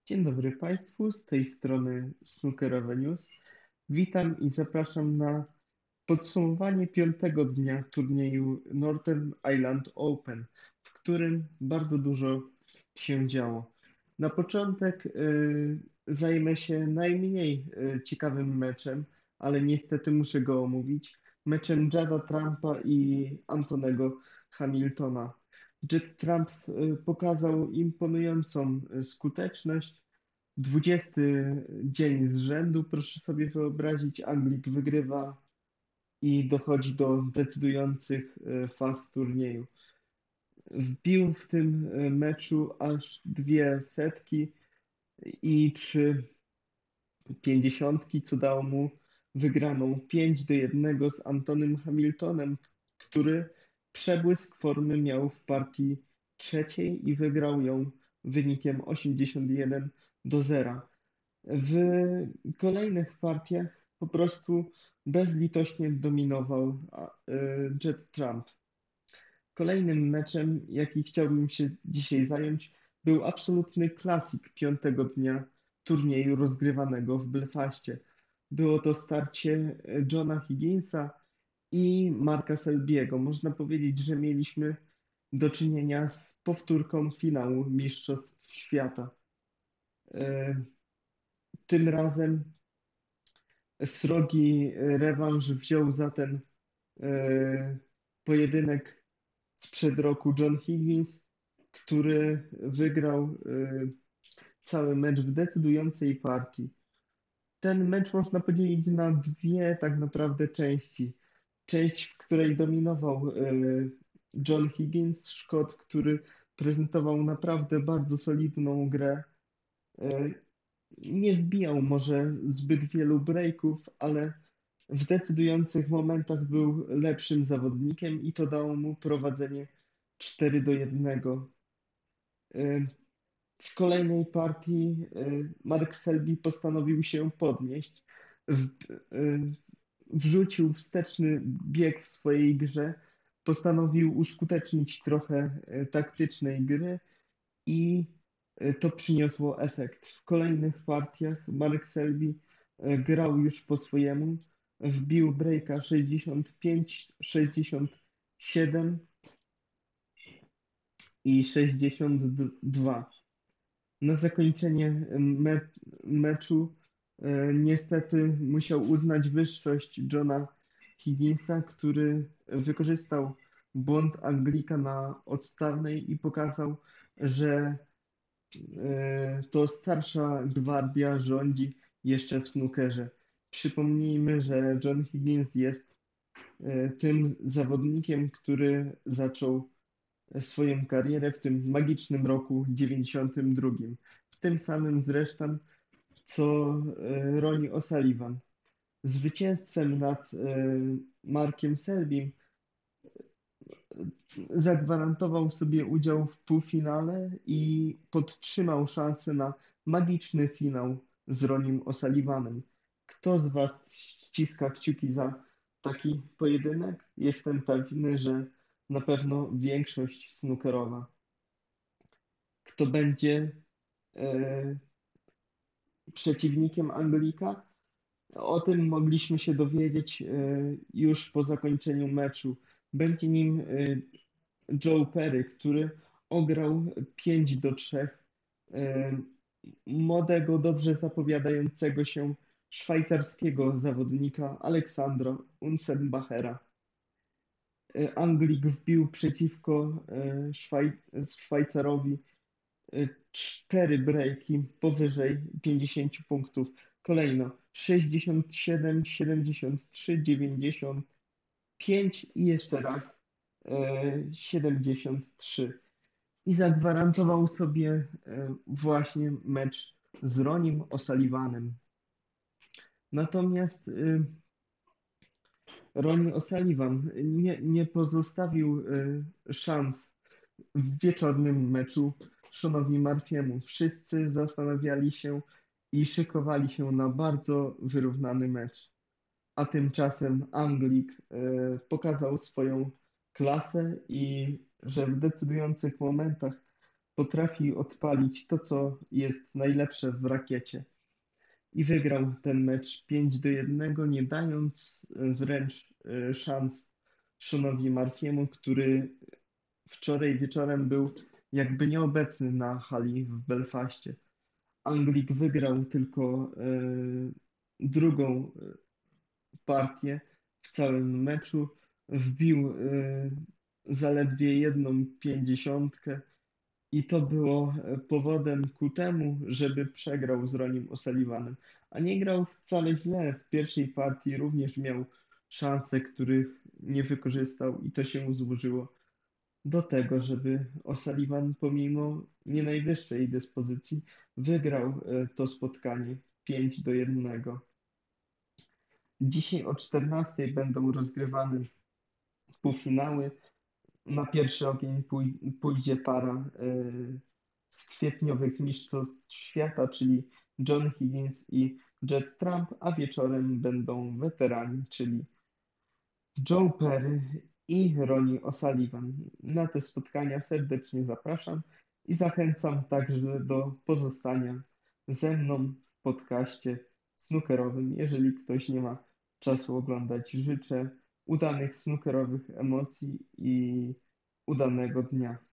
Dzień dobry Państwu, z tej strony Snookerowe News. Witam i zapraszam na podsumowanie piątego dnia turnieju Northern Ireland Open, w którym bardzo dużo się działo. Na początek zajmę się najmniej ciekawym meczem, ale niestety muszę go omówić. Meczem Jada Trumpa i Antonego Hamiltona. Jed Trump pokazał imponującą skuteczność. 20 dzień z rzędu, proszę sobie wyobrazić, Anglik wygrywa i dochodzi do decydujących faz turnieju. Wbił w tym meczu aż dwie setki i trzy pięćdziesiątki, co dało mu wygraną 5-1 z Antonym Hamiltonem, który przebłysk formy miał w partii trzeciej i wygrał ją wynikiem 81-0. W kolejnych partiach po prostu bezlitośnie dominował Jed Trump. Kolejnym meczem, jaki chciałbym się dzisiaj zająć, był absolutny klasyk piątego dnia turnieju rozgrywanego w Belfaście. Było to starcie Johna Higginsa i Marka Selby'ego. Można powiedzieć, że mieliśmy do czynienia z powtórką finału Mistrzostw Świata. E, Tym razem srogi rewanż wziął za ten pojedynek sprzed roku John Higgins, który wygrał cały mecz w decydującej partii. Ten mecz można podzielić na dwie tak naprawdę części. Część, w której dominował John Higgins, Szkot, który prezentował naprawdę bardzo solidną grę. E, Nie wbijał może zbyt wielu breaków, ale w decydujących momentach był lepszym zawodnikiem i to dało mu prowadzenie 4-1. W kolejnej partii Mark Selby postanowił się podnieść. W, y, Wrzucił wsteczny bieg w swojej grze, postanowił uskutecznić trochę taktycznej gry i to przyniosło efekt. W kolejnych partiach Mark Selby grał już po swojemu, wbił breaka 65, 67 i 62. Na zakończenie meczu niestety musiał uznać wyższość Johna Higginsa, który wykorzystał błąd Anglika na odstawnej i pokazał, że to starsza gwardia rządzi jeszcze w snookerze. Przypomnijmy, że John Higgins jest tym zawodnikiem, który zaczął swoją karierę w tym magicznym roku 92. W tym samym zresztą co Ronnie O'Sullivan. Zwycięstwem nad Markiem Selbym zagwarantował sobie udział w półfinale i podtrzymał szansę na magiczny finał z Ronnim O'Sullivanem. Kto z Was ściska kciuki za taki pojedynek? Jestem pewny, że na pewno większość snookerowa. Kto będzie e, przeciwnikiem Anglika? O tym mogliśmy się dowiedzieć już po zakończeniu meczu. Będzie nim Joe Perry, który ograł 5-3 młodego, dobrze zapowiadającego się szwajcarskiego zawodnika Aleksandra Unzenbachera. Anglik wbił przeciwko Szwajcarowi 4 breaki powyżej 50 punktów. Kolejno 67, 73, 95 i jeszcze raz 73. I zagwarantował sobie właśnie mecz z Ronnim O'Sullivanem. Natomiast Ronnie O'Sullivan nie pozostawił szans w wieczornym meczu Seanowi Murphy'emu. Wszyscy zastanawiali się i szykowali się na bardzo wyrównany mecz. A tymczasem Anglik pokazał swoją klasę i że w decydujących momentach potrafi odpalić to, co jest najlepsze w rakiecie. I wygrał ten mecz 5-1, nie dając wręcz szans Seanowi Murphy'emu, który wczoraj wieczorem był jakby nieobecny na hali w Belfaście. Anglik wygrał tylko drugą partię w całym meczu, wbił zaledwie jedną pięćdziesiątkę i to było powodem ku temu, żeby przegrał z Ronim O'Sullivanem. A nie grał wcale źle. W pierwszej partii również miał szanse, których nie wykorzystał i to się złożyło do tego, żeby O'Sullivan pomimo nie najwyższej dyspozycji wygrał to spotkanie 5-1. Dzisiaj o 14 będą rozgrywane półfinały. Na pierwszy ogień pójdzie para z kwietniowych mistrzostw świata, czyli John Higgins i Jet Trump, a wieczorem będą weterani, czyli Joe Perry i Ronnie O'Sullivan. Na te spotkania serdecznie zapraszam i zachęcam także do pozostania ze mną w podcaście snookerowym. Jeżeli ktoś nie ma czasu oglądać, życzę udanych snookerowych emocji i udanego dnia.